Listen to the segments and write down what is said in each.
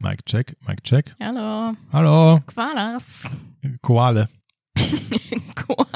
Mic check, Mic check. Hallo. Hallo. Koalas. Koale. Koal.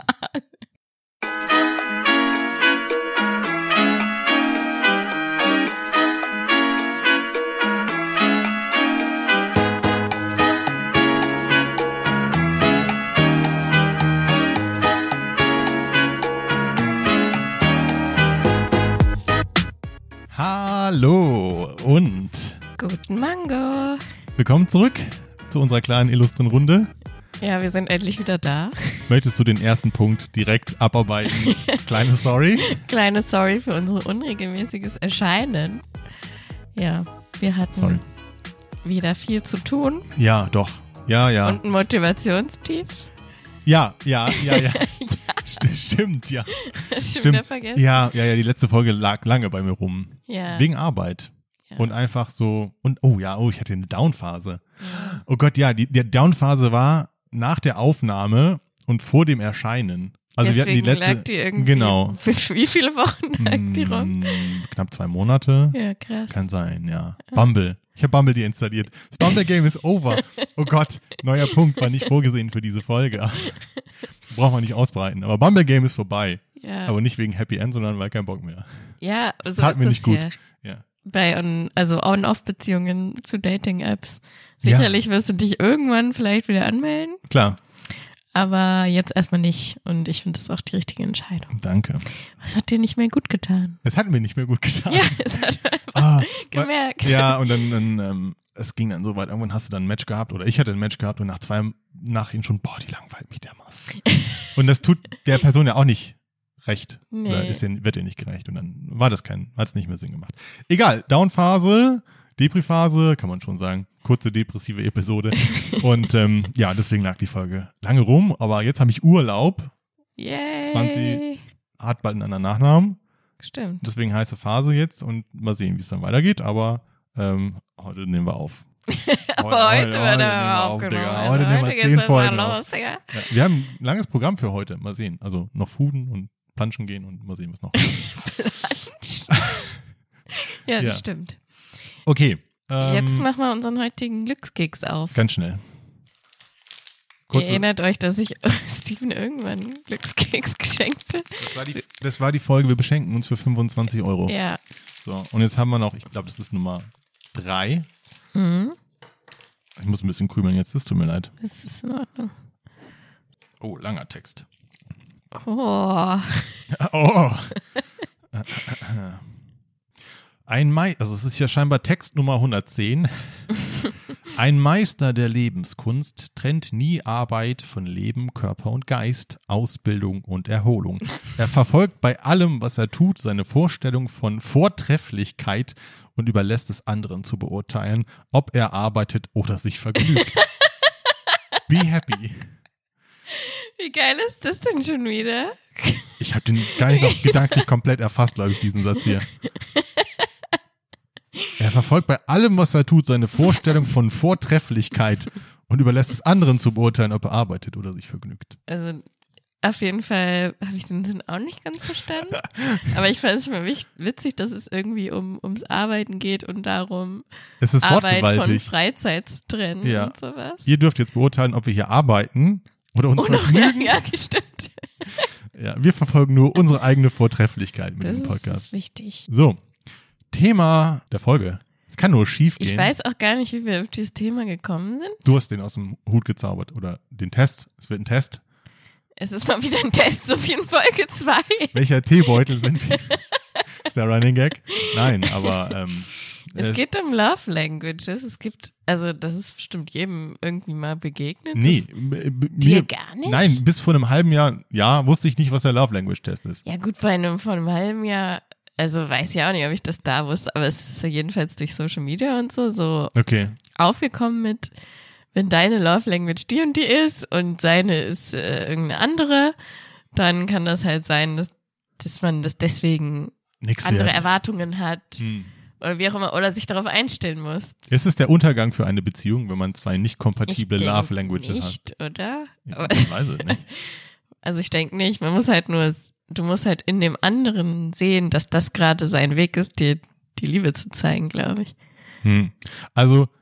Hallo und Guten Mango. willkommen zurück zu unserer kleinen illustren Runde. Ja, wir sind endlich wieder da. Möchtest du den ersten Punkt direkt abarbeiten? Kleine Story. Kleine Sorry für unser unregelmäßiges Erscheinen. Ja, wir hatten wieder viel zu tun. Ja, doch. Ja. Und ein Motivationstief. Ja. Stimmt, ja. Hast du wieder vergessen? Ja, die letzte Folge lag lange bei mir rum. Ja. Wegen Arbeit. Ja. Und einfach so, ich hatte eine Downphase. Oh Gott, ja, die Downphase war nach der Aufnahme und vor dem Erscheinen. Also Deswegen wir hatten die letzte, lag die irgendwie, genau. Wie viele Wochen lag die rum? Knapp 2 Monate. Ja, krass. Kann sein, ja. Bumble. Ich habe Bumble deinstalliert. Das Bumble-Game ist over. Oh Gott, neuer Punkt, war nicht vorgesehen für diese Folge. Braucht man nicht ausbreiten. Aber Bumble-Game ist vorbei. Ja. Aber nicht wegen Happy End, sondern weil kein Bock mehr. Ja, Das so tat ist mir das nicht gut. ja. Ja. Bei On-Off-Beziehungen zu Dating-Apps. Sicherlich wirst du dich irgendwann vielleicht wieder anmelden, Klar. aber jetzt erstmal nicht. Und ich finde das auch die richtige Entscheidung. Danke. Was hat dir nicht mehr gut getan? Es hat mir nicht mehr gut getan. Ja, es hat einfach gemerkt. Ja, und dann es ging dann so weit, irgendwann hast du dann ein Match gehabt oder ich hatte ein Match gehabt und nach 2 Nachrichten schon, die langweilt mich dermaßen. Und das tut der Person ja auch nicht recht. Nee. Oder wird ihr nicht gerecht und dann hat es nicht mehr Sinn gemacht. Egal, Downphase, Depri-Phase, kann man schon sagen. Kurze depressive Episode. Und deswegen lag die Folge lange rum, aber jetzt habe ich Urlaub. Yay. Franzi hat bald einen anderen Nachnamen. Stimmt. Deswegen heiße Phase jetzt und mal sehen, wie es dann weitergeht, aber heute nehmen wir auf. Heute wird er aufgenommen. Digga. Heute nehmen wir geht's 10 erst Folgen mal auf. los, Digga. Ja, wir haben ein langes Programm für heute, mal sehen. Also noch Fooden und Planschen gehen und mal sehen, was noch. Ja, das Ja. stimmt. Okay. Jetzt machen wir unseren heutigen Glückskeks auf. Ganz schnell. Ihr erinnert euch, dass ich Steven irgendwann einen Glückskeks geschenkt habe? Das war die Folge, wir beschenken uns für 25 €. Ja. So, und jetzt haben wir noch, ich glaube, das ist Nummer 3. Mhm. Ich muss ein bisschen krümeln jetzt, das tut mir leid. Das ist in Ordnung. Oh, langer Text. Oh. Oh. Also es ist ja scheinbar Text Nummer 110. Ein Meister der Lebenskunst trennt nie Arbeit von Leben, Körper und Geist, Ausbildung und Erholung. Er verfolgt bei allem, was er tut, seine Vorstellung von Vortrefflichkeit und überlässt es anderen zu beurteilen, ob er arbeitet oder sich vergnügt. Be happy. Wie geil ist das denn schon wieder? Ich habe den gar nicht noch gedanklich komplett erfasst, glaube ich, diesen Satz hier. Er verfolgt bei allem, was er tut, seine Vorstellung von Vortrefflichkeit und überlässt es anderen zu beurteilen, ob er arbeitet oder sich vergnügt. Also auf jeden Fall habe ich den Sinn auch nicht ganz verstanden. Aber ich fand es schon mal witzig, dass es irgendwie ums Arbeiten geht und darum, Es ist Arbeit von wortgewaltig. Freizeit zu trennen Ja. und sowas. Ihr dürft jetzt beurteilen, ob wir hier arbeiten oder uns vergnügen. Ja, stimmt. Ja, wir verfolgen nur unsere eigene Vortrefflichkeit mit Das dem Podcast. ist wichtig. So, Thema der Folge. Es kann nur schief gehen. Ich weiß auch gar nicht, wie wir auf dieses Thema gekommen sind. Du hast den aus dem Hut gezaubert oder den Test. Es wird ein Test. Es ist mal wieder ein Test, so wie in Folge 2. Welcher Teebeutel sind wir? Ist der Running Gag? Nein, aber Es geht um Love Languages. Es gibt, also das ist bestimmt jedem irgendwie mal begegnet. nee. Dir gar nicht? Nein, bis vor einem halben Jahr wusste ich nicht, was der Love Language Test ist. Ja gut, vor einem halben Jahr, also weiß ich auch nicht, ob ich das da wusste, aber es ist ja jedenfalls durch Social Media und so Okay. aufgekommen mit, wenn deine Love Language die und die ist und seine ist irgendeine andere, dann kann das halt sein, dass man das deswegen Nix andere wert. Erwartungen hat. Oder wie auch immer, oder sich darauf einstellen muss. Ist es der Untergang für eine Beziehung, wenn man 2 nicht kompatible Ich Love denk Languages nicht, oder? hat? Ich weiß es nicht. Also ich denke nicht, du musst halt in dem anderen sehen, dass das gerade sein Weg ist, dir die Liebe zu zeigen, glaube ich. Also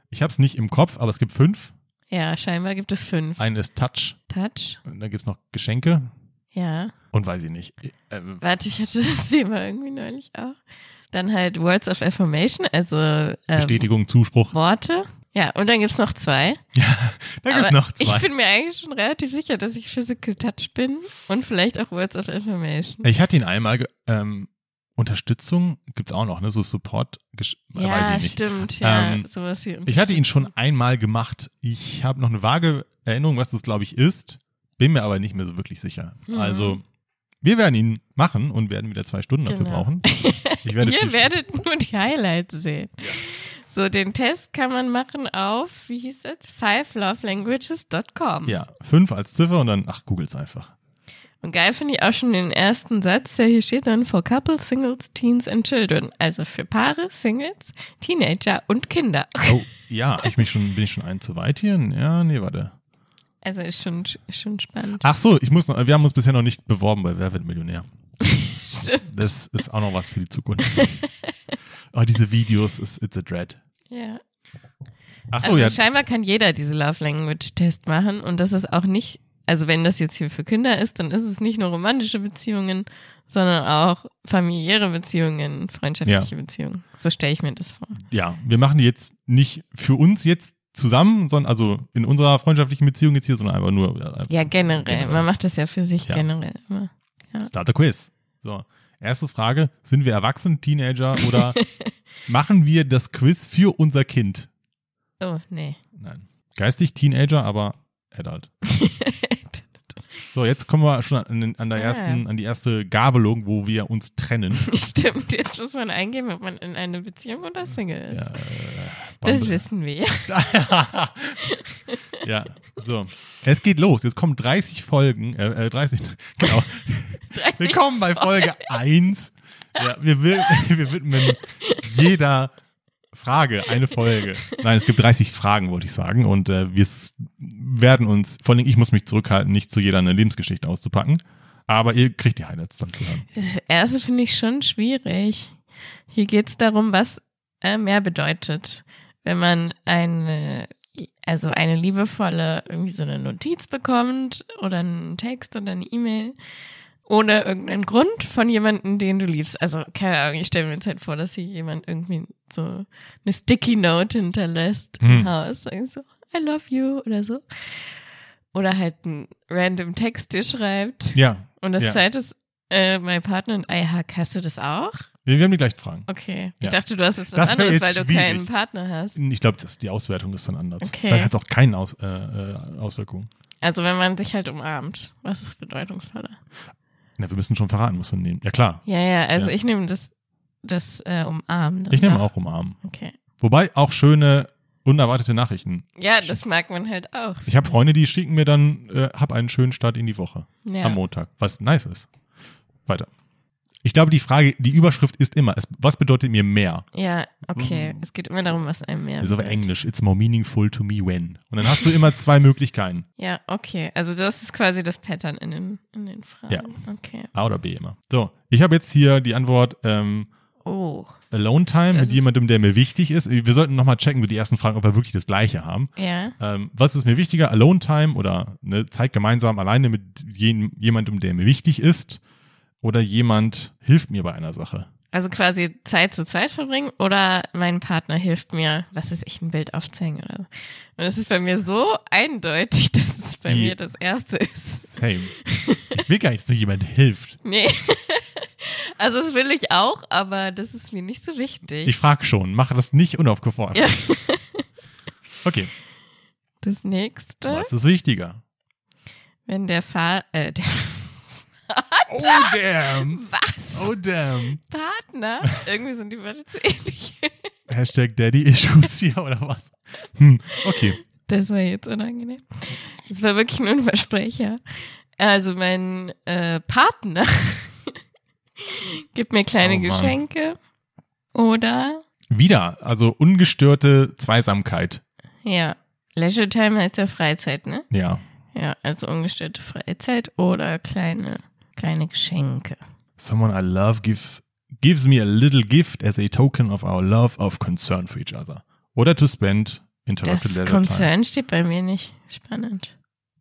Ich habe es nicht im Kopf, aber es gibt 5. Ja, scheinbar gibt es 5. Eine ist Touch. Touch? Und dann gibt es noch Geschenke. Ja. Und weiß ich nicht. Warte, ich hatte das Thema irgendwie neulich auch. Dann halt Words of Affirmation, also Bestätigung, Zuspruch. Worte. Ja, und dann gibt's noch 2. Ja, da gibt's noch 2. Ich bin mir eigentlich schon relativ sicher, dass ich Physical Touch bin und vielleicht auch Words of Affirmation. Ich hatte ihn einmal, Unterstützung gibt's auch noch, ne? So Support, weiß ich nicht. Stimmt, ja, sowas wie Ich hatte ihn schon einmal gemacht. Ich habe noch eine vage Erinnerung, was das, glaube ich, ist. Bin mir aber nicht mehr so wirklich sicher. Also, wir werden ihn machen und werden wieder 2 Stunden dafür brauchen. Ihr werdet nur die Highlights sehen. Ja. So, den Test kann man machen auf, wie hieß es? 5lovelanguages.com. Ja, 5 als Ziffer und dann, googelt's einfach. Und geil finde ich auch schon den ersten Satz, der hier steht dann for couples, singles, teens and children. Also für Paare, Singles, Teenager und Kinder. Oh, ja, bin ich schon einen zu weit hier? Ja, nee, warte. Also ist schon spannend. Ach so, wir haben uns bisher noch nicht beworben bei Wer wird Millionär. Stimmt. Das ist auch noch was für die Zukunft. Oh, diese Videos, it's a dread. Ja. Ach so, also ja. Scheinbar kann jeder diese Love Language Test machen und das ist auch nicht, also wenn das jetzt hier für Kinder ist, dann ist es nicht nur romantische Beziehungen, sondern auch familiäre Beziehungen, freundschaftliche Beziehungen. So stelle ich mir das vor. Ja, wir machen die jetzt nicht für uns jetzt zusammen, sondern also in unserer freundschaftlichen Beziehung jetzt hier, sondern einfach nur. Ja, generell. Man macht das ja für sich generell immer. Ja. Start the Quiz. So, erste Frage, sind wir erwachsen, Teenager oder machen wir das Quiz für unser Kind? Oh, nee. Nein. Geistig Teenager, aber Adult. So, jetzt kommen wir schon an die erste Gabelung, wo wir uns trennen. Stimmt, jetzt muss man eingeben, ob man in einer Beziehung oder Single ist. Ja, das wissen wir. Ja, so. Es geht los. Jetzt kommen 30 Folgen, 30, genau. 30 Willkommen bei Folge 1. Ja, wir widmen jeder Frage eine Folge. Nein, es gibt 30 Fragen, wollte ich sagen. Und wir werden uns, vor allem ich muss mich zurückhalten, nicht zu jeder eine Lebensgeschichte auszupacken. Aber ihr kriegt die Highlights dann zu hören. Das erste finde ich schon schwierig. Hier geht es darum, was mehr bedeutet. Wenn man eine liebevolle, irgendwie so eine Notiz bekommt oder einen Text oder eine E-Mail ohne irgendeinen Grund von jemandem, den du liebst. Also, keine Ahnung, ich stelle mir jetzt halt vor, dass hier jemand irgendwie so eine Sticky Note hinterlässt im Haus. So, I love you oder so. Oder halt einen random Text dir schreibt. Ja. Und das zweite ist, my partner and I hug. Hast du das auch? Wir haben die gleichen Fragen. Okay. Ich Ja. dachte, du hast jetzt was Das wär anderes, jetzt weil du schwierig. keinen Partner hast. Ich glaube, die Auswertung ist dann anders. Okay. Vielleicht hat es auch keine Auswirkungen. Also wenn man sich halt umarmt, was ist bedeutungsvoller? Na, wir müssen schon verraten, was wir nehmen. Ja, klar. Ja, also Ja. ich nehme das Umarmen. Ich nehme auch umarmen. Okay. Wobei auch schöne, unerwartete Nachrichten. Ja, das mag man halt auch. Ich habe Freunde, die schicken mir dann, hab einen schönen Start in die Woche. Ja. Am Montag. Was nice ist. Weiter. Ich glaube, die Überschrift ist immer, was bedeutet mir mehr? Ja, okay. Es geht immer darum, was einem mehr Das ist aber bedeutet. Englisch. It's more meaningful to me when. Und dann hast du immer 2 Möglichkeiten. Ja, okay. Also das ist quasi das Pattern in den Fragen. Ja. Okay. A oder B immer. So, ich habe jetzt hier die Antwort Oh. Alone Time Das mit ist- jemandem, der mir wichtig ist. Wir sollten nochmal checken, so die ersten Fragen, ob wir wirklich das Gleiche haben. Ja. Was ist mir wichtiger? Alone Time oder Zeit gemeinsam alleine mit jemandem, der mir wichtig ist? Oder jemand hilft mir bei einer Sache? Also quasi Zeit zu zweit verbringen oder mein Partner hilft mir, was weiß ich, ein Bild aufzeigen oder so. Und es ist bei mir so eindeutig, dass es bei Wie? mir das Erste ist. Same. Ich will gar nicht, dass mir jemand hilft. Nee. Also das will ich auch, aber das ist mir nicht so wichtig. Ich frage schon, mache das nicht unaufgefordert. Ja. Okay, Das nächste, was ist wichtiger? wenn der Oh damn. Was? Oh damn. Partner, irgendwie sind die Wörter zu ähnlich. Hashtag Daddy Issues hier oder was? Okay. Das war jetzt unangenehm. Das war wirklich nur ein Versprecher. Also mein Partner gibt mir kleine Oh Mann. Geschenke oder Wieder, also ungestörte Zweisamkeit. ja, Leisure Time heißt ja Freizeit, ne? Ja. Ja, also ungestörte Freizeit oder kleine Geschenke. Someone I love gives me a little gift as a token of our love of concern for each other. Oder to spend Interrupted Das Leisure Concern Time. steht bei mir nicht. Spannend.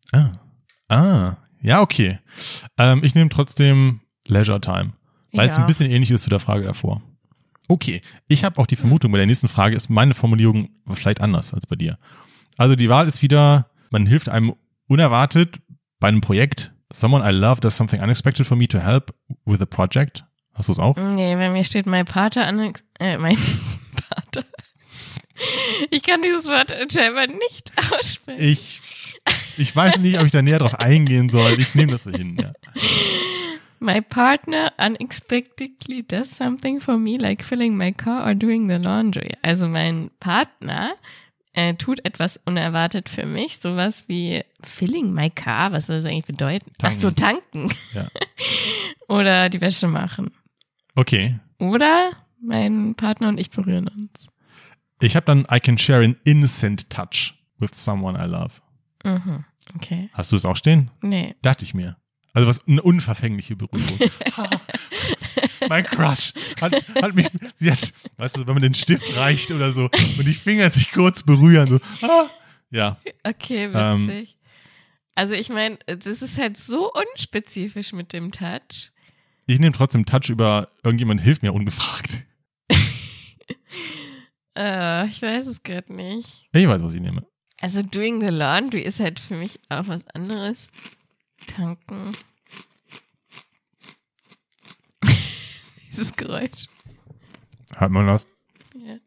Ja, okay. Ich nehme trotzdem Leisure Time, weil es ein bisschen ähnlich ist zu der Frage davor. Okay, ich habe auch die Vermutung, bei der nächsten Frage ist meine Formulierung vielleicht anders als bei dir. Also die Wahl ist wieder, man hilft einem unerwartet bei einem Projekt. Someone I love does something unexpected for me to help with a project. Hast du es auch? Nee, bei mir steht mein Pater mein Pater. Ich kann dieses Wort scheinbar nicht aussprechen. Ich weiß nicht, ob ich da näher drauf eingehen soll. Ich nehme das so hin, ja. My partner unexpectedly does something for me, like filling my car or doing the laundry. Also mein Partner tut etwas unerwartet für mich, sowas wie filling my car, was soll das eigentlich bedeuten? Tanken. Ach so, tanken. Ja. Oder die Wäsche machen. Okay. Oder mein Partner und ich berühren uns. Ich habe dann I can share an innocent touch with someone I love. Mhm, okay. Hast du es auch stehen? Nee. Dachte ich mir. Also was eine unverfängliche Berührung. Mein Crush hat mich, weißt du, wenn man den Stift reicht oder so und die Finger sich kurz berühren, so, ja. Okay, witzig. Also ich meine, das ist halt so unspezifisch mit dem Touch. Ich nehme trotzdem Touch über irgendjemand hilft mir ungefragt. Ich weiß es gerade nicht. Ich weiß, was ich nehme. Also doing the laundry ist halt für mich auch was anderes. Tanken. Dieses Geräusch. Hört man das? Ja.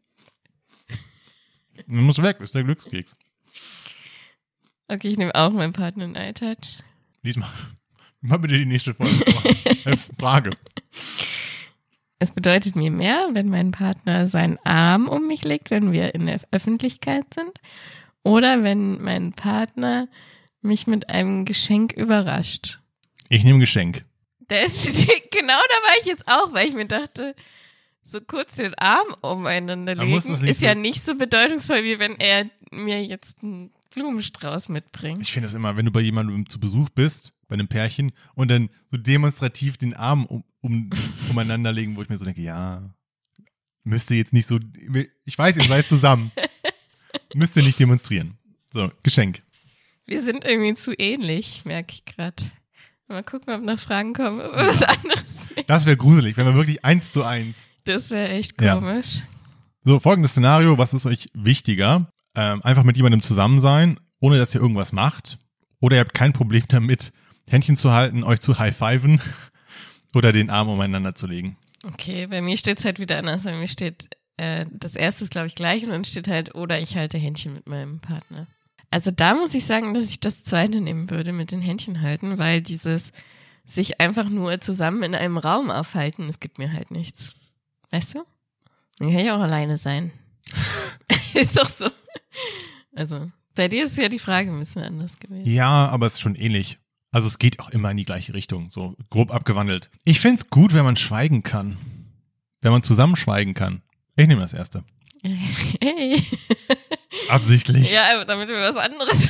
Man muss weg, das ist der Glückskeks. Okay, ich nehme auch meinen Partner in iTouch. Diesmal. Mal bitte die nächste Frage. Es bedeutet mir mehr, wenn mein Partner seinen Arm um mich legt, wenn wir in der Öffentlichkeit sind. Oder wenn mein Partner mich mit einem Geschenk überrascht. Ich nehme Geschenk. Genau da war ich jetzt auch, weil ich mir dachte, so kurz den Arm umeinander legen ist ja nicht so bedeutungsvoll, wie wenn er mir jetzt einen Blumenstrauß mitbringt. Ich finde das immer, wenn du bei jemandem zu Besuch bist, bei einem Pärchen, und dann so demonstrativ den Arm umeinander legen, wo ich mir so denke, ja, müsste jetzt nicht so, ich weiß, ihr seid zusammen, müsst ihr nicht demonstrieren. So, Geschenk. Wir sind irgendwie zu ähnlich, merke ich gerade. Mal gucken, ob noch Fragen kommen, ob was anderes. Das wäre gruselig, wenn wir wirklich 1:1. Das wäre echt komisch. Ja. So, folgendes Szenario, was ist euch wichtiger? Einfach mit jemandem zusammen sein, ohne dass ihr irgendwas macht. Oder ihr habt kein Problem damit, Händchen zu halten, euch zu high-fiven oder den Arm umeinander zu legen. Okay, bei mir steht es halt wieder anders. Bei mir steht, das erste ist, glaube ich, gleich und dann steht halt, oder ich halte Händchen mit meinem Partner. Also da muss ich sagen, dass ich das zweite nehmen würde mit den Händchen halten, weil dieses sich einfach nur zusammen in einem Raum aufhalten, es gibt mir halt nichts. Weißt du? Dann kann ich auch alleine sein. Ist doch so. Also, bei dir ist ja die Frage ein bisschen anders gewesen. Ja, aber es ist schon ähnlich. Also es geht auch immer in die gleiche Richtung, so grob abgewandelt. Ich find's gut, wenn man schweigen kann. Wenn man zusammen schweigen kann. Ich nehme das erste. Hey. Absichtlich. Ja, damit wir was anderes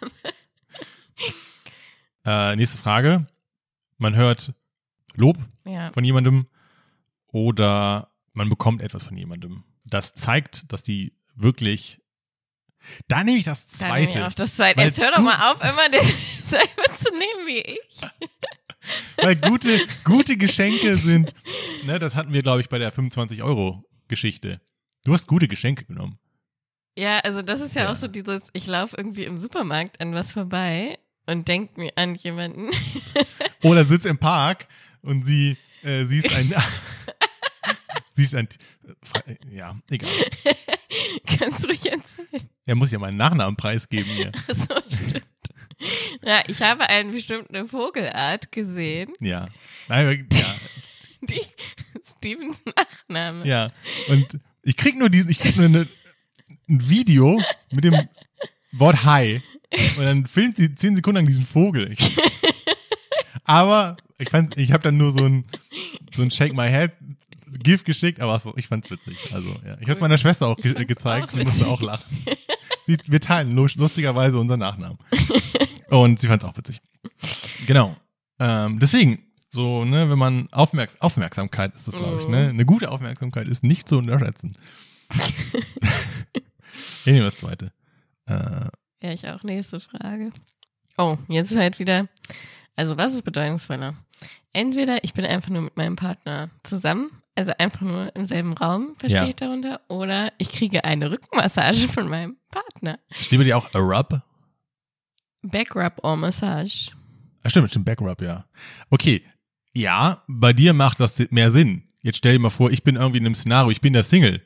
haben. Nächste Frage. Man hört Lob von jemandem oder man bekommt etwas von jemandem. Das zeigt, dass die wirklich... Da nehme ich das Zweite. Da nehme ich auch das Zweite. Jetzt hör doch mal auf, immer dasselbe zu nehmen wie ich. Weil gute Geschenke sind, ne, das hatten wir, glaube ich, bei der 25-Euro-Geschichte. Du hast gute Geschenke genommen. Ja, also das ist ja auch so dieses, ich laufe irgendwie im Supermarkt an was vorbei und denk mir an jemanden. Oder sitzt im Park und siehst ein, ja, egal. Kannst du ruhig erzählen? Er muss ja meinen Nachnamen preisgeben hier. Ach so, stimmt. Ja, ich habe eine bestimmte Vogelart gesehen. Ja. Nein, ja. Die Stevens Nachname. Ja. Und ich krieg nur ein Video mit dem Wort Hi. Und dann filmt sie 10 Sekunden lang diesen Vogel. Aber ich habe dann nur so ein Shake My Head GIF geschickt, aber ich fand's witzig. Also, ja. Ich habe es meiner Schwester auch gezeigt, sie musste auch lachen. Wir teilen lustigerweise unseren Nachnamen. Und sie fand's auch witzig. Genau. Deswegen, so, ne, wenn man Aufmerksamkeit ist das, glaube ich, ne? Eine gute Aufmerksamkeit ist nicht zu unterschätzen. Ich nehme das Zweite. Ja, ich auch. Nächste Frage. Oh, jetzt ist halt wieder, also was ist bedeutungsvoller? Entweder ich bin einfach nur mit meinem Partner zusammen, also einfach nur im selben Raum, verstehe ich darunter, oder ich kriege eine Rückenmassage von meinem Partner. Steht bei dir auch a Rub? Backrub or Massage. Stimmt, Backrub, ja. Okay, ja, bei dir macht das mehr Sinn. Jetzt stell dir mal vor, ich bin irgendwie in einem Szenario, ich bin der Single.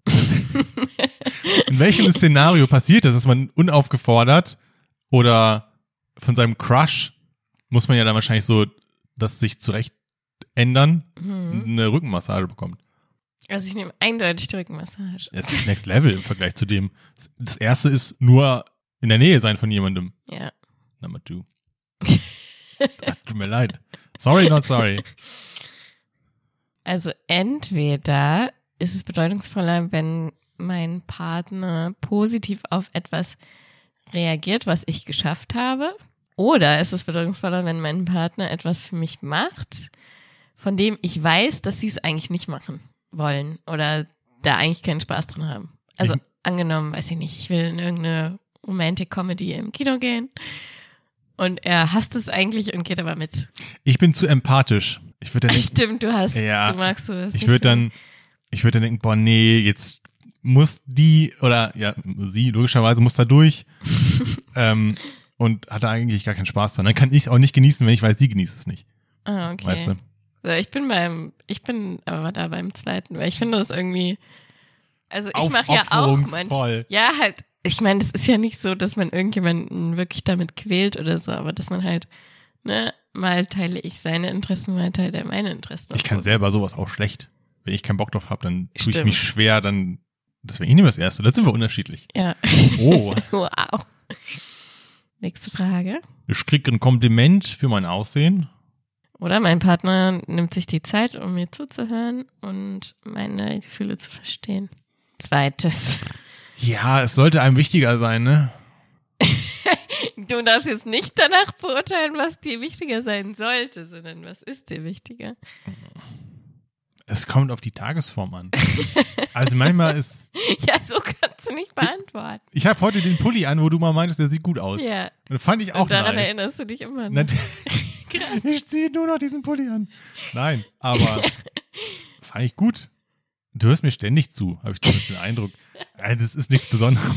In welchem Szenario passiert das, dass man unaufgefordert oder von seinem Crush, muss man ja dann wahrscheinlich so, das sich zurecht ändern, eine Rückenmassage bekommt. Also ich nehme eindeutig die Rückenmassage. Das ist Next Level im Vergleich zu dem. Das erste ist nur in der Nähe sein von jemandem. Ja. Number 2. Tut mir leid. Sorry, not sorry. Also entweder ist es bedeutungsvoller, wenn mein Partner positiv auf etwas reagiert, was ich geschafft habe. Oder ist es bedeutungsvoller, wenn mein Partner etwas für mich macht, von dem ich weiß, dass sie es eigentlich nicht machen wollen oder da eigentlich keinen Spaß dran haben. Also angenommen, weiß ich nicht, ich will in irgendeine Romantic Comedy im Kino gehen und er hasst es eigentlich und geht aber mit. Ich bin zu empathisch. Ich würde dann Stimmt, du magst sowas. Ich würde dann denken, boah, nee, jetzt muss die oder ja, sie logischerweise muss da durch und hat da eigentlich gar keinen Spaß dran. Dann kann ich es auch nicht genießen, wenn ich weiß, sie genießt es nicht. Ah, okay. Weißt du? So, ich bin aber da beim zweiten, weil ich finde das irgendwie, also ich mache ja auch manchmal. Ja, halt, ich meine, das ist ja nicht so, dass man irgendjemanden wirklich damit quält oder so, aber dass man halt, ne, mal teile ich seine Interessen, mal teile er meine Interessen. Ich kann selber sowas auch schlecht. Wenn ich keinen Bock drauf habe, dann tue ich mich schwer, deswegen, ich nehme das erste, da sind wir unterschiedlich. Ja. Oh. Wow. Nächste Frage. Ich kriege ein Kompliment für mein Aussehen. Oder mein Partner nimmt sich die Zeit, um mir zuzuhören und meine Gefühle zu verstehen. Zweites. Ja, es sollte einem wichtiger sein, ne? Du darfst jetzt nicht danach beurteilen, was dir wichtiger sein sollte, sondern was ist dir wichtiger? Es kommt auf die Tagesform an. Also manchmal ist... Ja, so kannst du nicht beantworten. Ich habe heute den Pulli an, wo du mal meintest, der sieht gut aus. Ja. Und fand ich auch und daran nice. erinnerst du dich immer noch. Krass. Ich ziehe nur noch diesen Pulli an. Nein, aber fand ich gut. Du hörst mir ständig zu, habe ich zumindest den Eindruck. Das ist nichts Besonderes.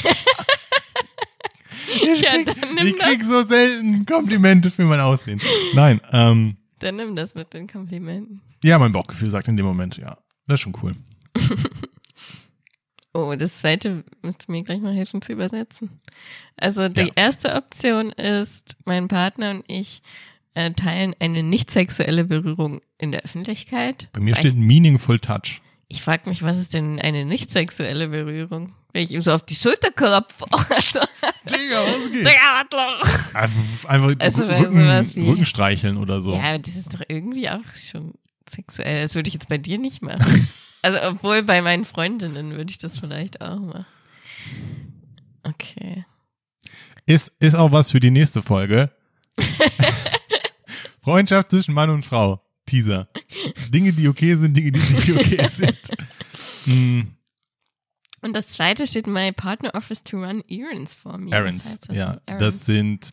Ich krieg so selten Komplimente für mein Aussehen. Nein. Dann nimm das mit den Komplimenten. Ja, mein Bauchgefühl sagt in dem Moment, ja. Das ist schon cool. Oh, das zweite müsst ihr mir gleich mal helfen zu übersetzen. Also die erste Option ist, mein Partner und ich teilen eine nicht sexuelle Berührung in der Öffentlichkeit. Bei mir steht Meaningful Touch. Ich frage mich, was ist denn eine nicht sexuelle Berührung? Wenn ich ihm so auf die Schulter klopfe. Also, Digga, was geht? Digga, was los? Einfach also, Rücken streicheln oder so. Ja, das ist doch irgendwie auch schon sexuell. Das würde ich jetzt bei dir nicht machen. Also, obwohl bei meinen Freundinnen würde ich das vielleicht auch machen. Okay. Ist auch was für die nächste Folge. Freundschaft zwischen Mann und Frau. Teaser. Dinge, die okay sind, Dinge, die nicht okay sind. Und das zweite steht, my partner offers to run errands for me. Errands, ja. Das sind,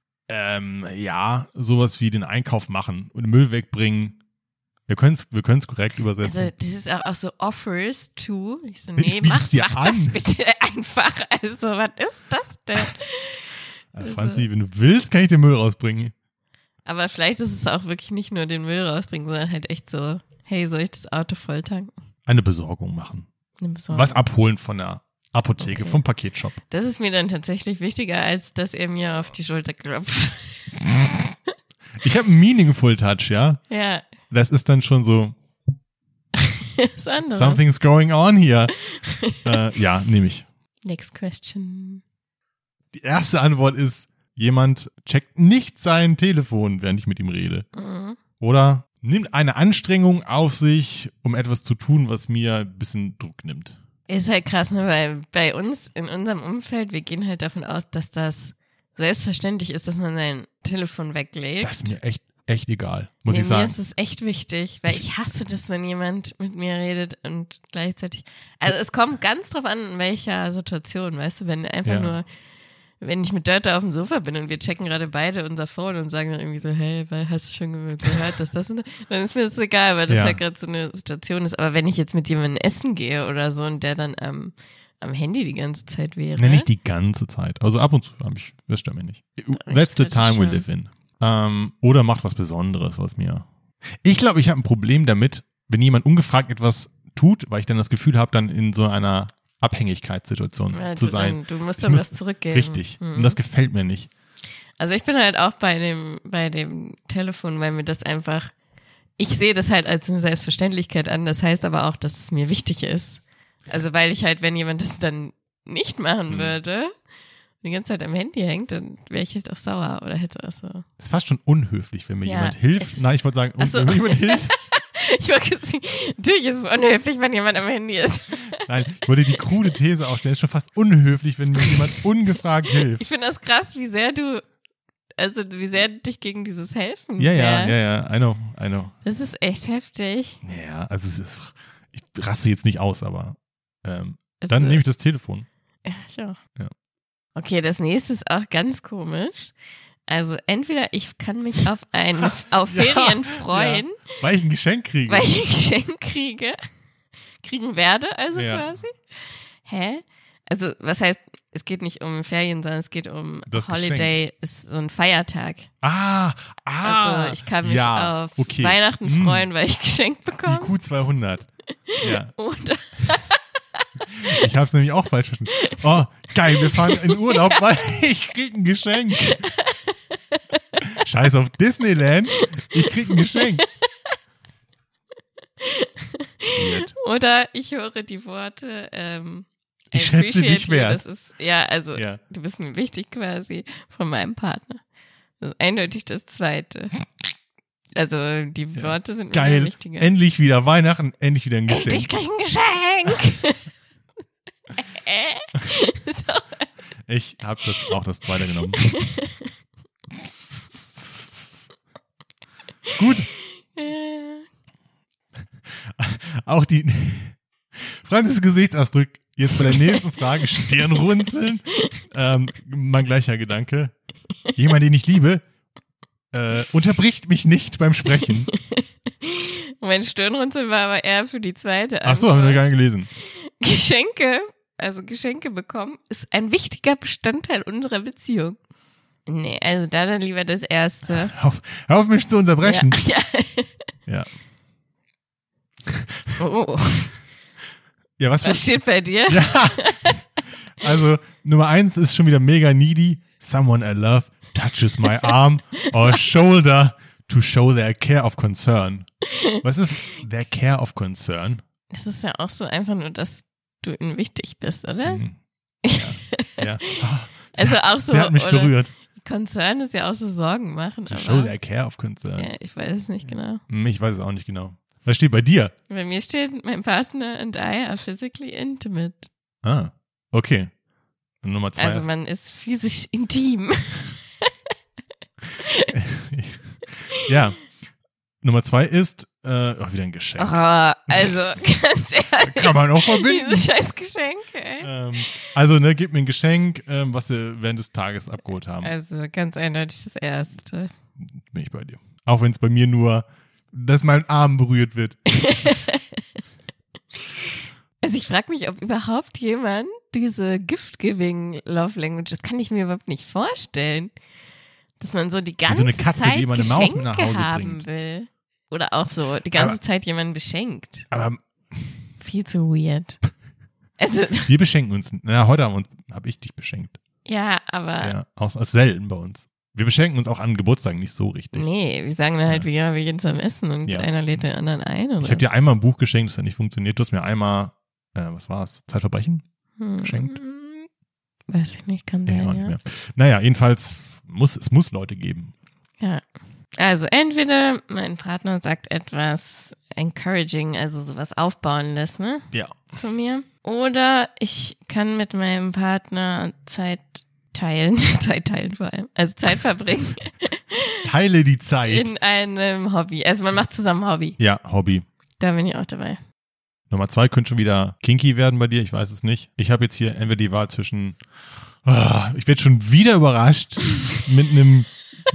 sowas wie den Einkauf machen und Müll wegbringen. Wir können es korrekt übersetzen. Also, das ist auch so offers to. Ich so, nee, mach das bitte einfach. Also, was ist das denn? Also, Franzi, wenn du willst, kann ich den Müll rausbringen. Aber vielleicht ist es auch wirklich nicht nur den Müll rausbringen, sondern halt echt so, hey, soll ich das Auto voll tanken? Eine Besorgung machen. Was abholen von der Apotheke, vom Paketshop. Das ist mir dann tatsächlich wichtiger, als dass er mir auf die Schulter klopft. Ich habe einen Meaningful Touch, ja? Ja. Das ist dann schon so, was anderes. Something's going on here. Ja, nehme ich. Next question. Die erste Antwort ist, jemand checkt nicht sein Telefon, während ich mit ihm rede. Mhm. Oder nimmt eine Anstrengung auf sich, um etwas zu tun, was mir ein bisschen Druck nimmt. Ist halt krass, ne? Weil bei uns, in unserem Umfeld, wir gehen halt davon aus, dass das selbstverständlich ist, dass man sein Telefon weglegt. Das ist mir echt echt egal, muss ich Mir sagen. ist es echt wichtig, weil ich hasse das, wenn jemand mit mir redet und gleichzeitig, also es kommt ganz drauf an, in welcher Situation, weißt du, wenn einfach nur, wenn ich mit Dörte auf dem Sofa bin und wir checken gerade beide unser Phone und sagen dann irgendwie so, hey, hast du schon gehört, dass das und das, dann ist mir das egal, weil das halt gerade so eine Situation ist. Aber wenn ich jetzt mit jemandem essen gehe oder so und der dann am Handy die ganze Zeit wäre. Ne, nicht die ganze Zeit. Also ab und zu das stört mir nicht. That's the time we live in. Oder macht was Besonderes, was mir. Ich glaube, ich habe ein Problem damit, wenn jemand ungefragt etwas tut, weil ich dann das Gefühl habe, dann in so einer Abhängigkeitssituation zu sein. Du musst dann was zurückgeben. Richtig. Und das gefällt mir nicht. Also ich bin halt auch bei dem Telefon, weil mir das einfach, ich sehe das halt als eine Selbstverständlichkeit an. Das heißt aber auch, dass es mir wichtig ist. Also weil ich halt, wenn jemand das dann nicht machen würde, die ganze Zeit am Handy hängt, dann wäre ich halt auch sauer oder hätte auch so. Das ist fast schon unhöflich, wenn mir jemand hilft. Nein, ich wollte sagen, wenn mir jemand hilft. Ich wollte sagen, natürlich ist es unhöflich, wenn jemand am Handy ist. Nein, ich wollte die krude These aufstellen. Es ist schon fast unhöflich, wenn mir jemand ungefragt hilft. Ich finde das krass, wie sehr du dich gegen dieses Helfen Ja, I know. Das ist echt heftig. Ja, also ich raste jetzt nicht aus, aber dann nehme ich das Telefon. Ja, ich auch. Ja. Okay, das nächste ist auch ganz komisch. Also entweder ich kann mich auf Ferien freuen. Weil ich ein Geschenk kriege. Kriegen werde, also quasi. Hä? Also was heißt, es geht nicht um Ferien, sondern es geht um das Holiday, Geschenk. Ist so ein Feiertag. Also ich kann mich auf Weihnachten freuen, weil ich Geschenk bekomme. Die Q200. Ja. Oder? Ich habe es nämlich auch falsch verstanden. Oh, geil, wir fahren in Urlaub, weil ich krieg ein Geschenk. Scheiß auf Disneyland, ich krieg ein Geschenk. Oder ich höre die Worte, ich schätze dich wert. Das ist, du bist mir wichtig quasi von meinem Partner. Das ist eindeutig das Zweite. Also die Worte sind mir wichtiger. Endlich wieder Weihnachten, endlich wieder ein Geschenk. Endlich krieg ich ein Geschenk. Ich habe das Zweite genommen. Gut. Auch die Franzis Gesichtsausdruck jetzt bei der nächsten Frage, Stirnrunzeln. Mein gleicher Gedanke. Jemand, den ich liebe, unterbricht mich nicht beim Sprechen. Mein Stirnrunzeln war aber eher für die zweite Antwort. Achso, haben wir gar nicht gelesen. Geschenke bekommen, ist ein wichtiger Bestandteil unserer Beziehung. Nee, also da dann lieber das Erste. Hör auf mich zu unterbrechen. Ja. Oh. Ja, was steht bei dir? Ja. Also, Nummer 1 ist schon wieder mega needy. Someone I love touches my arm or shoulder to show their care of concern. Was ist their care of concern? Das ist ja auch so einfach nur, dass du ihnen wichtig bist, oder? Ja. Also auch so. Sie hat mich berührt. Concern ist ja auch so Sorgen machen. To show their care of concern. Ja, ich weiß es nicht genau. Ich weiß es auch nicht genau. Was steht bei dir? Bei mir steht, mein Partner and I are physically intimate. Okay. Und Nummer 2. Also man ist physisch intim. Ja. Nummer 2 ist wieder ein Geschenk. Also ganz ehrlich. Kann man auch verbinden. Diese scheiß Geschenke, ey. Also, gib mir ein Geschenk, was wir während des Tages abgeholt haben. Also ganz eindeutig das Erste. Bin ich bei dir. Auch wenn es bei mir nur, dass mein Arm berührt wird. Also ich frage mich, ob überhaupt jemand diese Gift-Giving Love Language, das kann ich mir überhaupt nicht vorstellen. Dass man so die ganze so eine Katze, Zeit die jemand eine Maus mit nach Hause haben bringt. will. Oder auch so die ganze Zeit jemanden beschenkt. Aber viel zu weird. Also wir beschenken uns. Heute habe ich dich beschenkt. Ja, aber ja, aus selten bei uns. Wir beschenken uns auch an Geburtstagen nicht so richtig. Nee, wir sagen dann halt, wir gehen zum Essen und einer lädt den anderen ein. Oder? Ich habe dir einmal ein Buch geschenkt, das hat nicht funktioniert. Du hast mir einmal, was war's? Zeitverbrechen geschenkt? Weiß ich nicht, kann sein, nicht mehr. Naja, jedenfalls es muss Leute geben. Ja. Also entweder mein Partner sagt etwas encouraging, also sowas Aufbauendes, ne? Ja. Zu mir. Oder ich kann mit meinem Partner Zeit teilen vor allem, also Zeit verbringen. Teile die Zeit. In einem Hobby. Also man macht zusammen Hobby. Ja, Hobby. Da bin ich auch dabei. Nummer 2 könnte schon wieder kinky werden bei dir, ich weiß es nicht. Ich habe jetzt hier entweder die Wahl zwischen, ich werde schon wieder überrascht mit einem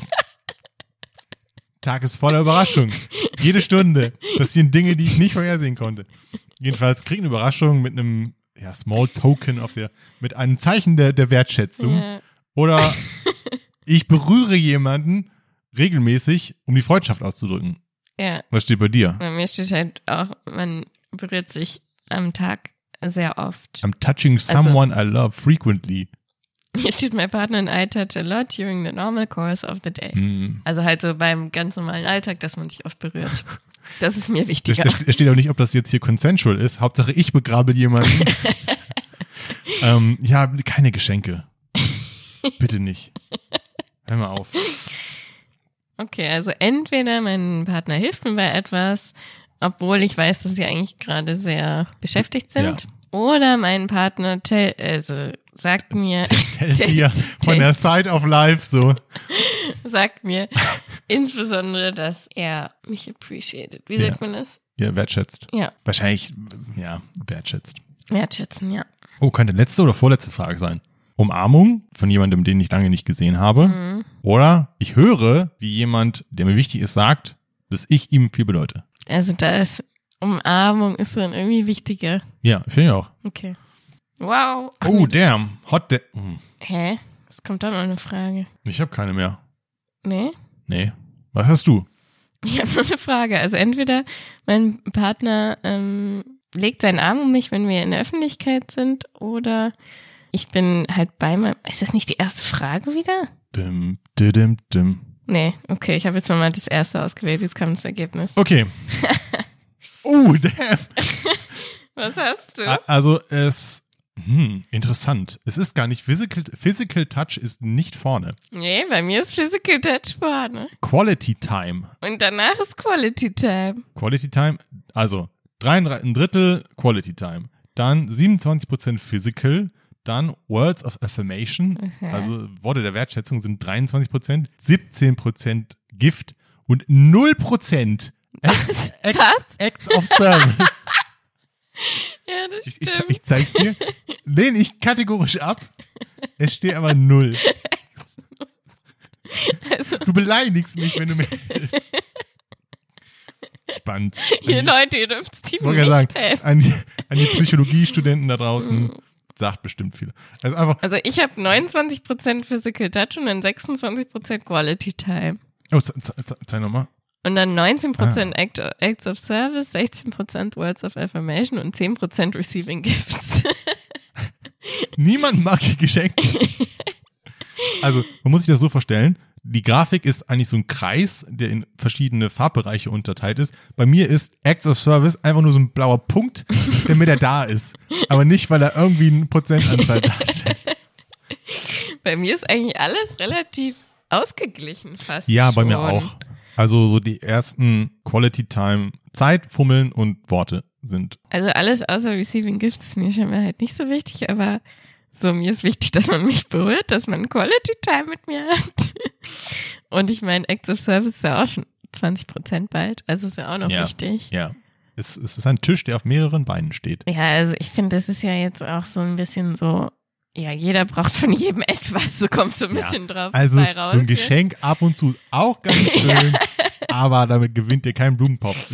Tag ist voller Überraschung. Jede Stunde passieren Dinge, die ich nicht vorhersehen konnte. Jedenfalls kriege ich eine Überraschung mit einem Small Token mit einem Zeichen der Wertschätzung. Ja. Oder ich berühre jemanden regelmäßig, um die Freundschaft auszudrücken. Ja. Was steht bei dir? Bei mir steht halt auch, man berührt sich am Tag sehr oft. I'm touching someone I love frequently. Hier steht, my partner and I touch a lot during the normal course of the day. Also halt so beim ganz normalen Alltag, dass man sich oft berührt. Das ist mir wichtiger. Es steht auch nicht, ob das jetzt hier consensual ist. Hauptsache ich begrabe jemanden. Keine Geschenke. Bitte nicht. Hör mal auf. Okay, also entweder mein Partner hilft mir bei etwas, obwohl ich weiß, dass sie eigentlich gerade sehr beschäftigt sind. Ja. Oder mein Partner sagt mir, tellt dir von der Side of Life so. Sagt mir insbesondere, dass er mich appreciated. Wie sagt man das? Ja, wertschätzt. Ja. Wahrscheinlich, wertschätzt. Wertschätzen, ja. Oh, könnte letzte oder vorletzte Frage sein. Umarmung von jemandem, den ich lange nicht gesehen habe. Mhm. Oder ich höre, wie jemand, der mir wichtig ist, sagt, dass ich ihm viel bedeute. Also Umarmung ist dann irgendwie wichtiger. Ja, finde ich auch. Okay. Wow. Oh, damn. Hä? Es kommt da noch eine Frage. Ich habe keine mehr. Nee? Nee. Was hast du? Ich habe noch eine Frage. Also entweder mein Partner legt seinen Arm um mich, wenn wir in der Öffentlichkeit sind, oder ich bin halt bei meinem... Ist das nicht die erste Frage wieder? Dim. Nee, okay, ich habe jetzt nochmal das erste ausgewählt, jetzt kam das Ergebnis. Okay. Oh, damn. Was hast du? Also interessant. Es ist gar nicht Physical Touch ist nicht vorne. Nee, bei mir ist Physical Touch vorne. Quality Time. Und danach ist Quality Time. Quality Time, also ein Drittel Quality Time. Dann 27% Physical. Dann Words of Affirmation, also Worte der Wertschätzung sind 23%, 17% Gift und 0% Acts of Service. Ja, das stimmt. Ich zeig's dir. Lehne ich kategorisch ab. Es steht aber 0. Also. Du beleidigst mich, wenn du mir hilfst. Spannend. Ihr Leute, ihr dürft Steven nicht sagen, helfen. An die Psychologiestudenten da draußen. Sagt bestimmt viele. Also ich habe 29% Physical Touch und dann 26% Quality Time. Oh, zeig nochmal. Und dann 19% Acts of Service, 16% Words of Affirmation und 10% Receiving Gifts. Niemand mag Geschenke. Also man muss sich das so vorstellen, die Grafik ist eigentlich so ein Kreis, der in verschiedene Farbbereiche unterteilt ist. Bei mir ist Acts of Service einfach nur so ein blauer Punkt, der mir da ist. Aber nicht, weil er irgendwie eine Prozentanzahl darstellt. Bei mir ist eigentlich alles relativ ausgeglichen fast. Ja, schon. Bei mir auch. Also so die ersten Quality Time, Zeit, Fummeln und Worte sind. Also alles außer Receiving Gifts ist mir schon mal halt nicht so wichtig, aber so, mir ist wichtig, dass man mich berührt, dass man Quality Time mit mir hat. Und ich meine, Acts of Service ist ja auch schon 20% bald, also ist ja auch noch wichtig. Ja, es ist ein Tisch, der auf mehreren Beinen steht. Ja, also ich finde, das ist ja jetzt auch so ein bisschen so, ja, jeder braucht von jedem etwas, so kommt so ein bisschen drauf also bei raus. So ein Geschenk jetzt. Ab und zu ist auch ganz schön, aber damit gewinnt ihr keinen Blumentopf.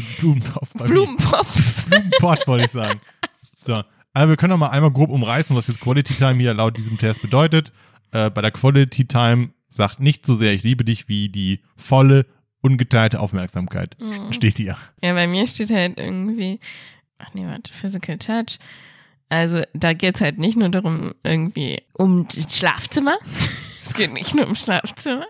Blumenpott wollte ich sagen. So. Also wir können noch mal einmal grob umreißen, was jetzt Quality Time hier laut diesem Test bedeutet. Bei der Quality Time sagt nicht so sehr, ich liebe dich, wie die volle, ungeteilte Aufmerksamkeit. Steht hier. Ja, bei mir steht halt irgendwie, Physical Touch. Also da geht's halt nicht nur darum, irgendwie um das Schlafzimmer. Es geht nicht nur ums Schlafzimmer.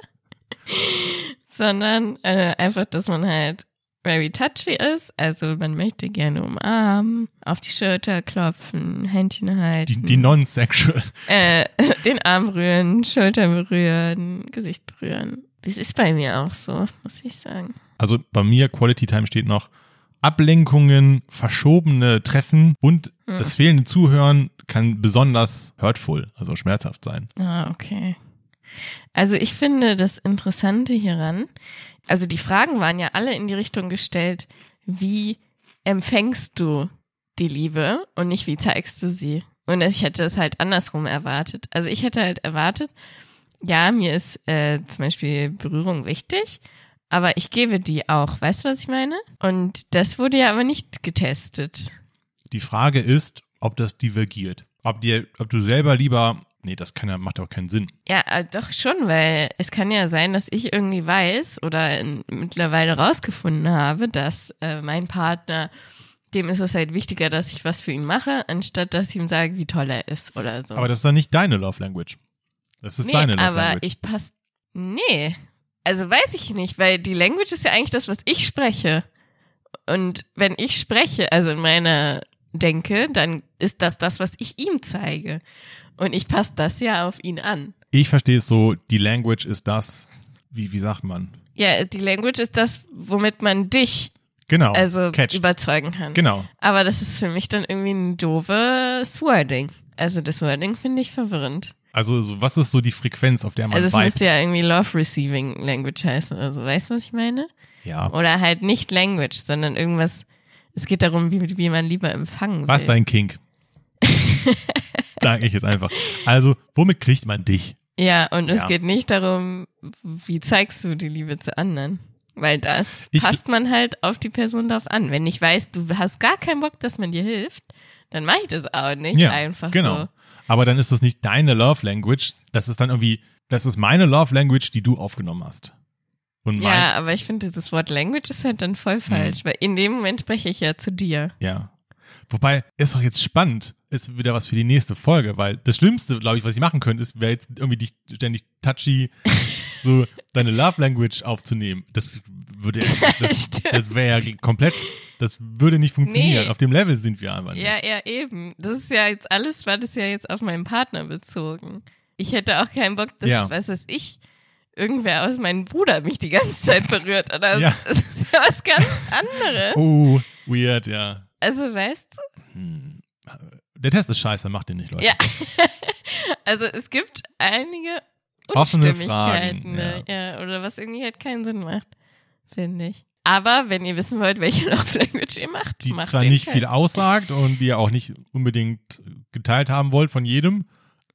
Sondern einfach, dass man halt very touchy ist, also man möchte gerne umarmen, auf die Schulter klopfen, Händchen halten. Die non-sexual. Den Arm berühren, Schulter berühren, Gesicht berühren. Das ist bei mir auch so, muss ich sagen. Also bei mir Quality Time steht noch Ablenkungen, verschobene Treffen und das fehlende Zuhören kann besonders hurtful, also schmerzhaft sein. Ah, okay. Also ich finde das Interessante hieran, also die Fragen waren ja alle in die Richtung gestellt, wie empfängst du die Liebe und nicht wie zeigst du sie? Und ich hätte es halt andersrum erwartet. Also ich hätte halt erwartet, ja, mir ist zum Beispiel Berührung wichtig, aber ich gebe die auch. Weißt du, was ich meine? Und das wurde ja aber nicht getestet. Die Frage ist, ob das divergiert. Ob du selber lieber, nee, macht auch keinen Sinn. Ja, doch schon, weil es kann ja sein, dass ich irgendwie weiß oder mittlerweile rausgefunden habe, dass mein Partner, dem ist es halt wichtiger, dass ich was für ihn mache, anstatt dass ich ihm sage, wie toll er ist oder so. Aber das ist dann nicht deine Love Language. Das ist deine Love Language. Nee, also weiß ich nicht, weil die Language ist ja eigentlich das, was ich spreche. Und wenn ich spreche, also in meiner Denke, dann ist das, was ich ihm zeige. Und ich passe das ja auf ihn an. Ich verstehe es so, die Language ist das, wie sagt man? Ja, die Language ist das, womit man dich catcht. Überzeugen kann. Genau. Aber das ist für mich dann irgendwie ein doofes Wording. Also das Wording finde ich verwirrend. Also was ist so die Frequenz, auf der man Also es vibet? müsste ja irgendwie Love Receiving Language heißen. Also weißt du, was ich meine? Ja. Oder halt nicht Language, sondern irgendwas, es geht darum, wie man lieber empfangen will. Was ist dein Kink? Sag ich jetzt einfach. Also, womit kriegt man dich? Ja, und es geht nicht darum, wie zeigst du die Liebe zu anderen. Weil das passt man halt auf die Person drauf an. Wenn ich weiß, du hast gar keinen Bock, dass man dir hilft, dann mache ich das auch nicht einfach so. Aber dann ist das nicht deine Love Language, das ist dann irgendwie, das ist meine Love Language, die du aufgenommen hast. Und ja, aber ich finde, dieses Wort Language ist halt dann voll falsch, weil in dem Moment spreche ich ja zu dir. Ja. Wobei, ist doch jetzt spannend, ist wieder was für die nächste Folge, weil das Schlimmste, glaube ich, was ich machen könnte, wäre jetzt irgendwie dich ständig touchy, so deine Love Language aufzunehmen. Das wäre ja komplett, das würde nicht funktionieren. Nee. Auf dem Level sind wir einfach nicht. Ja, eben. Das ist ja jetzt alles, war das ja jetzt auf meinen Partner bezogen. Ich hätte auch keinen Bock, dass, irgendwer aus meinem Bruder mich die ganze Zeit berührt. Oder das ist ja was ganz anderes. Oh, weird, ja. Also, weißt du? Der Test ist scheiße, macht den nicht, Leute. Ja. Also, es gibt einige offene Unstimmigkeiten. Fragen, Ja, oder was irgendwie halt keinen Sinn macht, finde ich. Aber wenn ihr wissen wollt, welche Love Language ihr macht, die macht zwar den nicht Test. viel aussagt und die ihr auch nicht unbedingt geteilt haben wollt von jedem.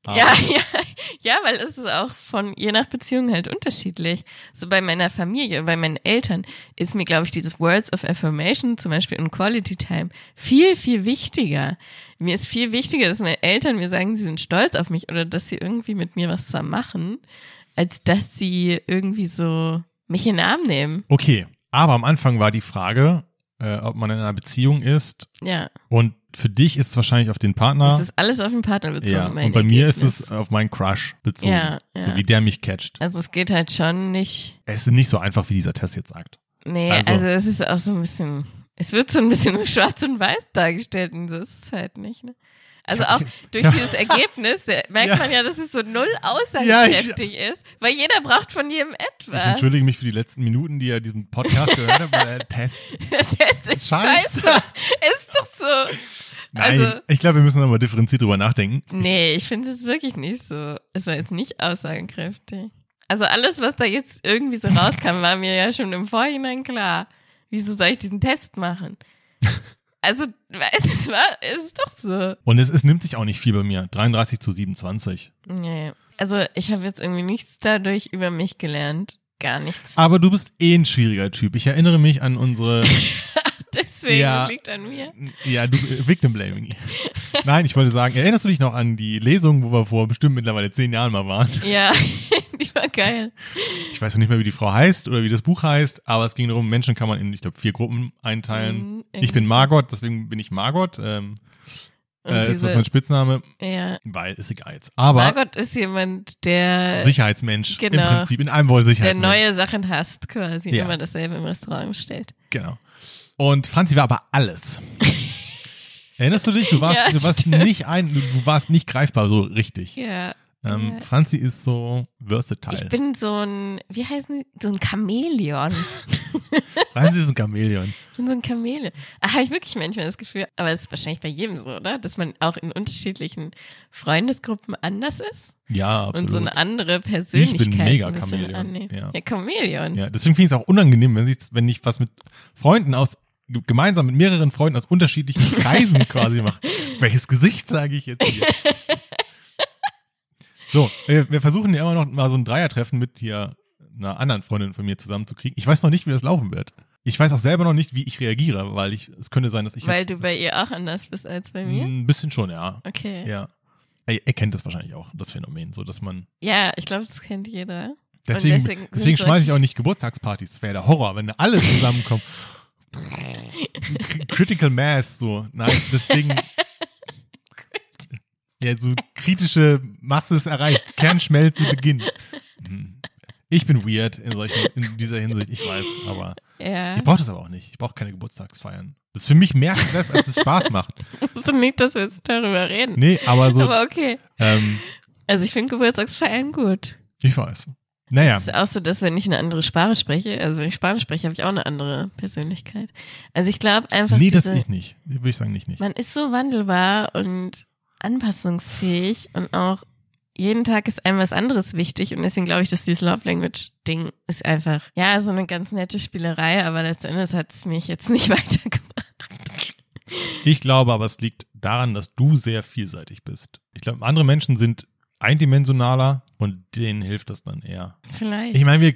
Ja, weil es ist auch je nach Beziehung halt unterschiedlich. So bei meiner Familie, bei meinen Eltern ist mir, glaube ich, dieses Words of Affirmation zum Beispiel und Quality Time viel, viel wichtiger. Mir ist viel wichtiger, dass meine Eltern mir sagen, sie sind stolz auf mich oder dass sie irgendwie mit mir was zusammen machen, als dass sie irgendwie so mich in den Arm nehmen. Okay, aber am Anfang war die Frage, ob man in einer Beziehung ist. Ja. Und für dich ist es wahrscheinlich auf den Partner. Das ist alles auf den Partner bezogen. Ja, und bei mir ist es auf meinen Crush bezogen. Ja. So wie der mich catcht. Also es geht halt schon nicht. Es ist nicht so einfach, wie dieser Test jetzt sagt. Nee, also es ist auch so ein bisschen, es wird so ein bisschen so schwarz und weiß dargestellt und das ist halt nicht, ne? Also auch durch dieses Ergebnis merkt man ja, dass es so null aussagekräftig ist, weil jeder braucht von jedem etwas. Ich entschuldige mich für die letzten Minuten, die ihr diesen Podcast gehört habt, weil der Test ist scheiße. Ist doch so. Nein, also, ich glaube, wir müssen nochmal differenziert drüber nachdenken. Nee, ich finde es wirklich nicht so. Es war jetzt nicht aussagekräftig. Also alles, was da jetzt irgendwie so rauskam, war mir ja schon im Vorhinein klar. Wieso soll ich diesen Test machen? Also, es ist doch so. Und es nimmt sich auch nicht viel bei mir. 33-27. Nee. Also, ich habe jetzt irgendwie nichts dadurch über mich gelernt. Gar nichts. Aber du bist ein schwieriger Typ. Ich erinnere mich an unsere... Deswegen, das liegt an mir. Ja, du Victim Blaming. Nein, ich wollte sagen, erinnerst du dich noch an die Lesung, wo wir vor bestimmt mittlerweile 10 Jahren mal waren? Ja, die war geil. Ich weiß noch nicht mehr, wie die Frau heißt oder wie das Buch heißt, aber es ging darum, Menschen kann man in, ich glaube, 4 Gruppen einteilen. Ich bin Margot, deswegen bin ich Margot. Ist was mein Spitzname? Ja. Weil, ist egal jetzt. Aber Margot ist jemand, der... Sicherheitsmensch, genau, im Prinzip, in einem Wort Sicherheitsmensch. Der neue Sachen hasst quasi, immer dasselbe im Restaurant bestellt. Genau. Und Franzi war aber alles. Erinnerst du dich? Du warst nicht greifbar so richtig. Ja. Franzi ist so versatile. Ich bin so ein, wie heißen die? So ein Chamäleon. Franzi ist ein Chamäleon. Ich bin so ein Chamäleon. Habe ich wirklich manchmal das Gefühl, aber es ist wahrscheinlich bei jedem so, oder? Dass man auch in unterschiedlichen Freundesgruppen anders ist. Ja, absolut. Und so eine andere Persönlichkeit. Ich bin mega ein bisschen Chamäleon. annimmt. Ja. Ja, Chamäleon. Ja, deswegen finde ich es auch unangenehm, wenn ich was mit Freunden gemeinsam mit mehreren Freunden aus unterschiedlichen Kreisen quasi mache. Welches Gesicht sage ich jetzt hier? So, wir versuchen ja immer noch mal so ein Dreiertreffen mit hier einer anderen Freundin von mir zusammenzukriegen. Ich weiß noch nicht, wie das laufen wird. Ich weiß auch selber noch nicht, wie ich reagiere, weil es könnte sein, dass ich Weil du bei ihr auch anders bist als bei mir? Ein bisschen schon, ja. Okay. Ja. Er kennt das wahrscheinlich auch, das Phänomen, so dass man. Ja, ich glaube, das kennt jeder. Deswegen schmeiße ich auch nicht Geburtstagspartys. Das wäre der Horror, wenn da alle zusammenkommen. Critical Mass, so. Nein, deswegen. Ja, so kritische Masse ist erreicht. Kernschmelze beginnt. Ich bin weird in dieser Hinsicht, ich weiß, aber ja. Ich brauche das aber auch nicht. Ich brauche keine Geburtstagsfeiern. Das ist für mich mehr Stress, als es Spaß macht. Musst du nicht, dass wir jetzt darüber reden. Nee, aber so. Aber okay. Also ich finde Geburtstagsfeiern gut. Ich weiß. Naja. Es ist auch so, dass wenn ich eine andere Sprache spreche, also wenn ich Spanisch spreche, habe ich auch eine andere Persönlichkeit. Also ich glaube einfach, nee, das ich nicht. Würde ich sagen, nicht. Man ist so wandelbar und anpassungsfähig und auch jeden Tag ist einem was anderes wichtig und deswegen glaube ich, dass dieses Love Language Ding ist einfach, ja, so eine ganz nette Spielerei, aber letztendlich hat es mich jetzt nicht weitergebracht. Ich glaube aber, es liegt daran, dass du sehr vielseitig bist. Ich glaube, andere Menschen sind eindimensionaler und denen hilft das dann eher. Vielleicht. Ich meine,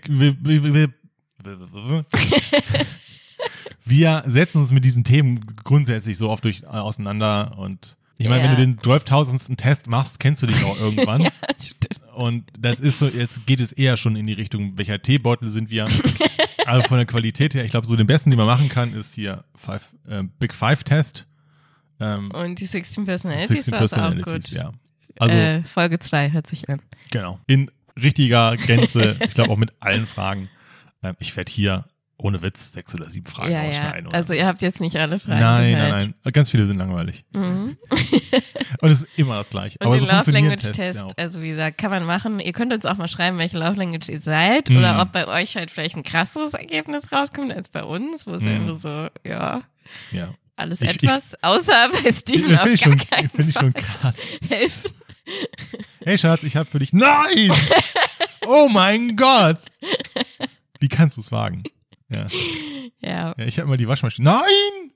wir setzen uns mit diesen Themen grundsätzlich so oft auseinander und ich meine, wenn du den 12.000. Test machst, kennst du dich auch irgendwann. Ja, stimmt. Und das ist so, jetzt geht es eher schon in die Richtung, welcher Teebeutel sind wir. Also von der Qualität her, ich glaube, so den besten, den man machen kann, ist hier Big Five Test. Und die 16 Personalities war auch gut. Ja. Also, Folge 2 hört sich an. Genau. In richtiger Gänze, ich glaube auch mit allen Fragen. Ich werde hier ohne Witz 6 oder 7 Fragen ausschneiden. Ja. Also ihr habt jetzt nicht alle Fragen Nein. Ganz viele sind langweilig. Mhm. Und es ist immer das Gleiche. Und aber den so Love Language Test, ja also wie gesagt, kann man machen. Ihr könnt uns auch mal schreiben, welche Love Language ihr seid oder ob bei euch halt vielleicht ein krasseres Ergebnis rauskommt als bei uns, wo es einfach so, ja. Alles etwas, außer bei Steven auf gar keinen Fall. Finde ich schon krass. Helfen. Hey Schatz, ich habe für dich. Nein! Oh mein Gott! Wie kannst du es wagen? Ja. Ich habe immer die Waschmaschine. Nein!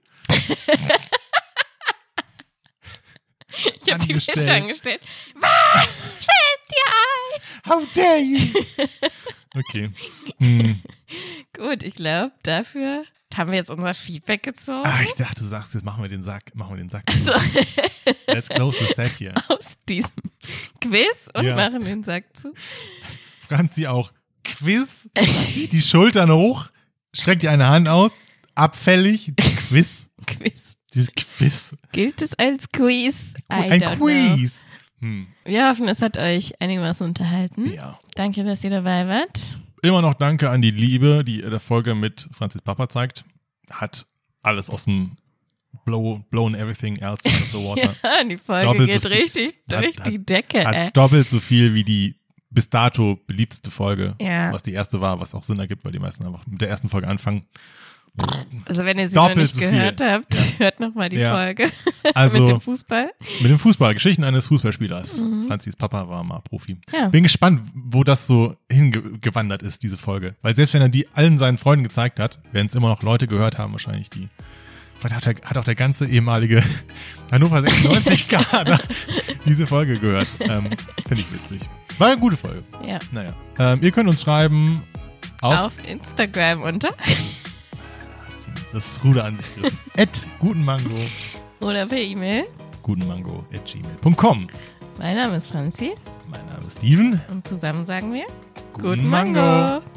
Ich habe die Wäsche angestellt. Was fällt dir ein? How dare you? Okay. Gut, ich glaube, dafür haben wir jetzt unser Feedback gezogen. Ich dachte, du sagst, jetzt machen wir den Sack. Achso. Let's close the sack hier. Aus diesem Quiz und machen den Sack zu. Franzi auch. Quiz, zieht die Schultern hoch, streckt dir eine Hand aus, abfällig, Quiz. Dieses Quiz. Gilt es als Quiz? Ein Quiz. Wir hoffen, es hat euch einigermaßen unterhalten. Ja. Danke, dass ihr dabei wart. Immer noch danke an die Liebe, die der Folge mit Franzis Papa zeigt. Hat alles aus dem blown everything else out of the water. Ja, die Folge geht richtig durch die Decke. Hat doppelt so viel wie die bis dato beliebteste Folge, was die erste war, was auch Sinn ergibt, weil die meisten einfach mit der ersten Folge anfangen. Also wenn ihr sie noch nicht gehört habt, hört nochmal die Folge also, mit dem Fußball. Mit dem Fußball, Geschichten eines Fußballspielers. Franzis Papa war mal Profi. Ja. Bin gespannt, wo das so hingewandert ist, diese Folge. Weil selbst wenn er die allen seinen Freunden gezeigt hat, werden es immer noch Leute gehört haben, wahrscheinlich die. Vielleicht hat auch der ganze ehemalige Hannover 96-Kader diese Folge gehört. Finde ich witzig. War eine gute Folge. Ja. Naja. Ihr könnt uns schreiben auf Instagram unter das Ruder an sich gerissen. @gutenmango oder per E-Mail gutenmango@gmail.com. Mein Name ist Franzi. Mein Name ist Steven. Und zusammen sagen wir Guten Mango.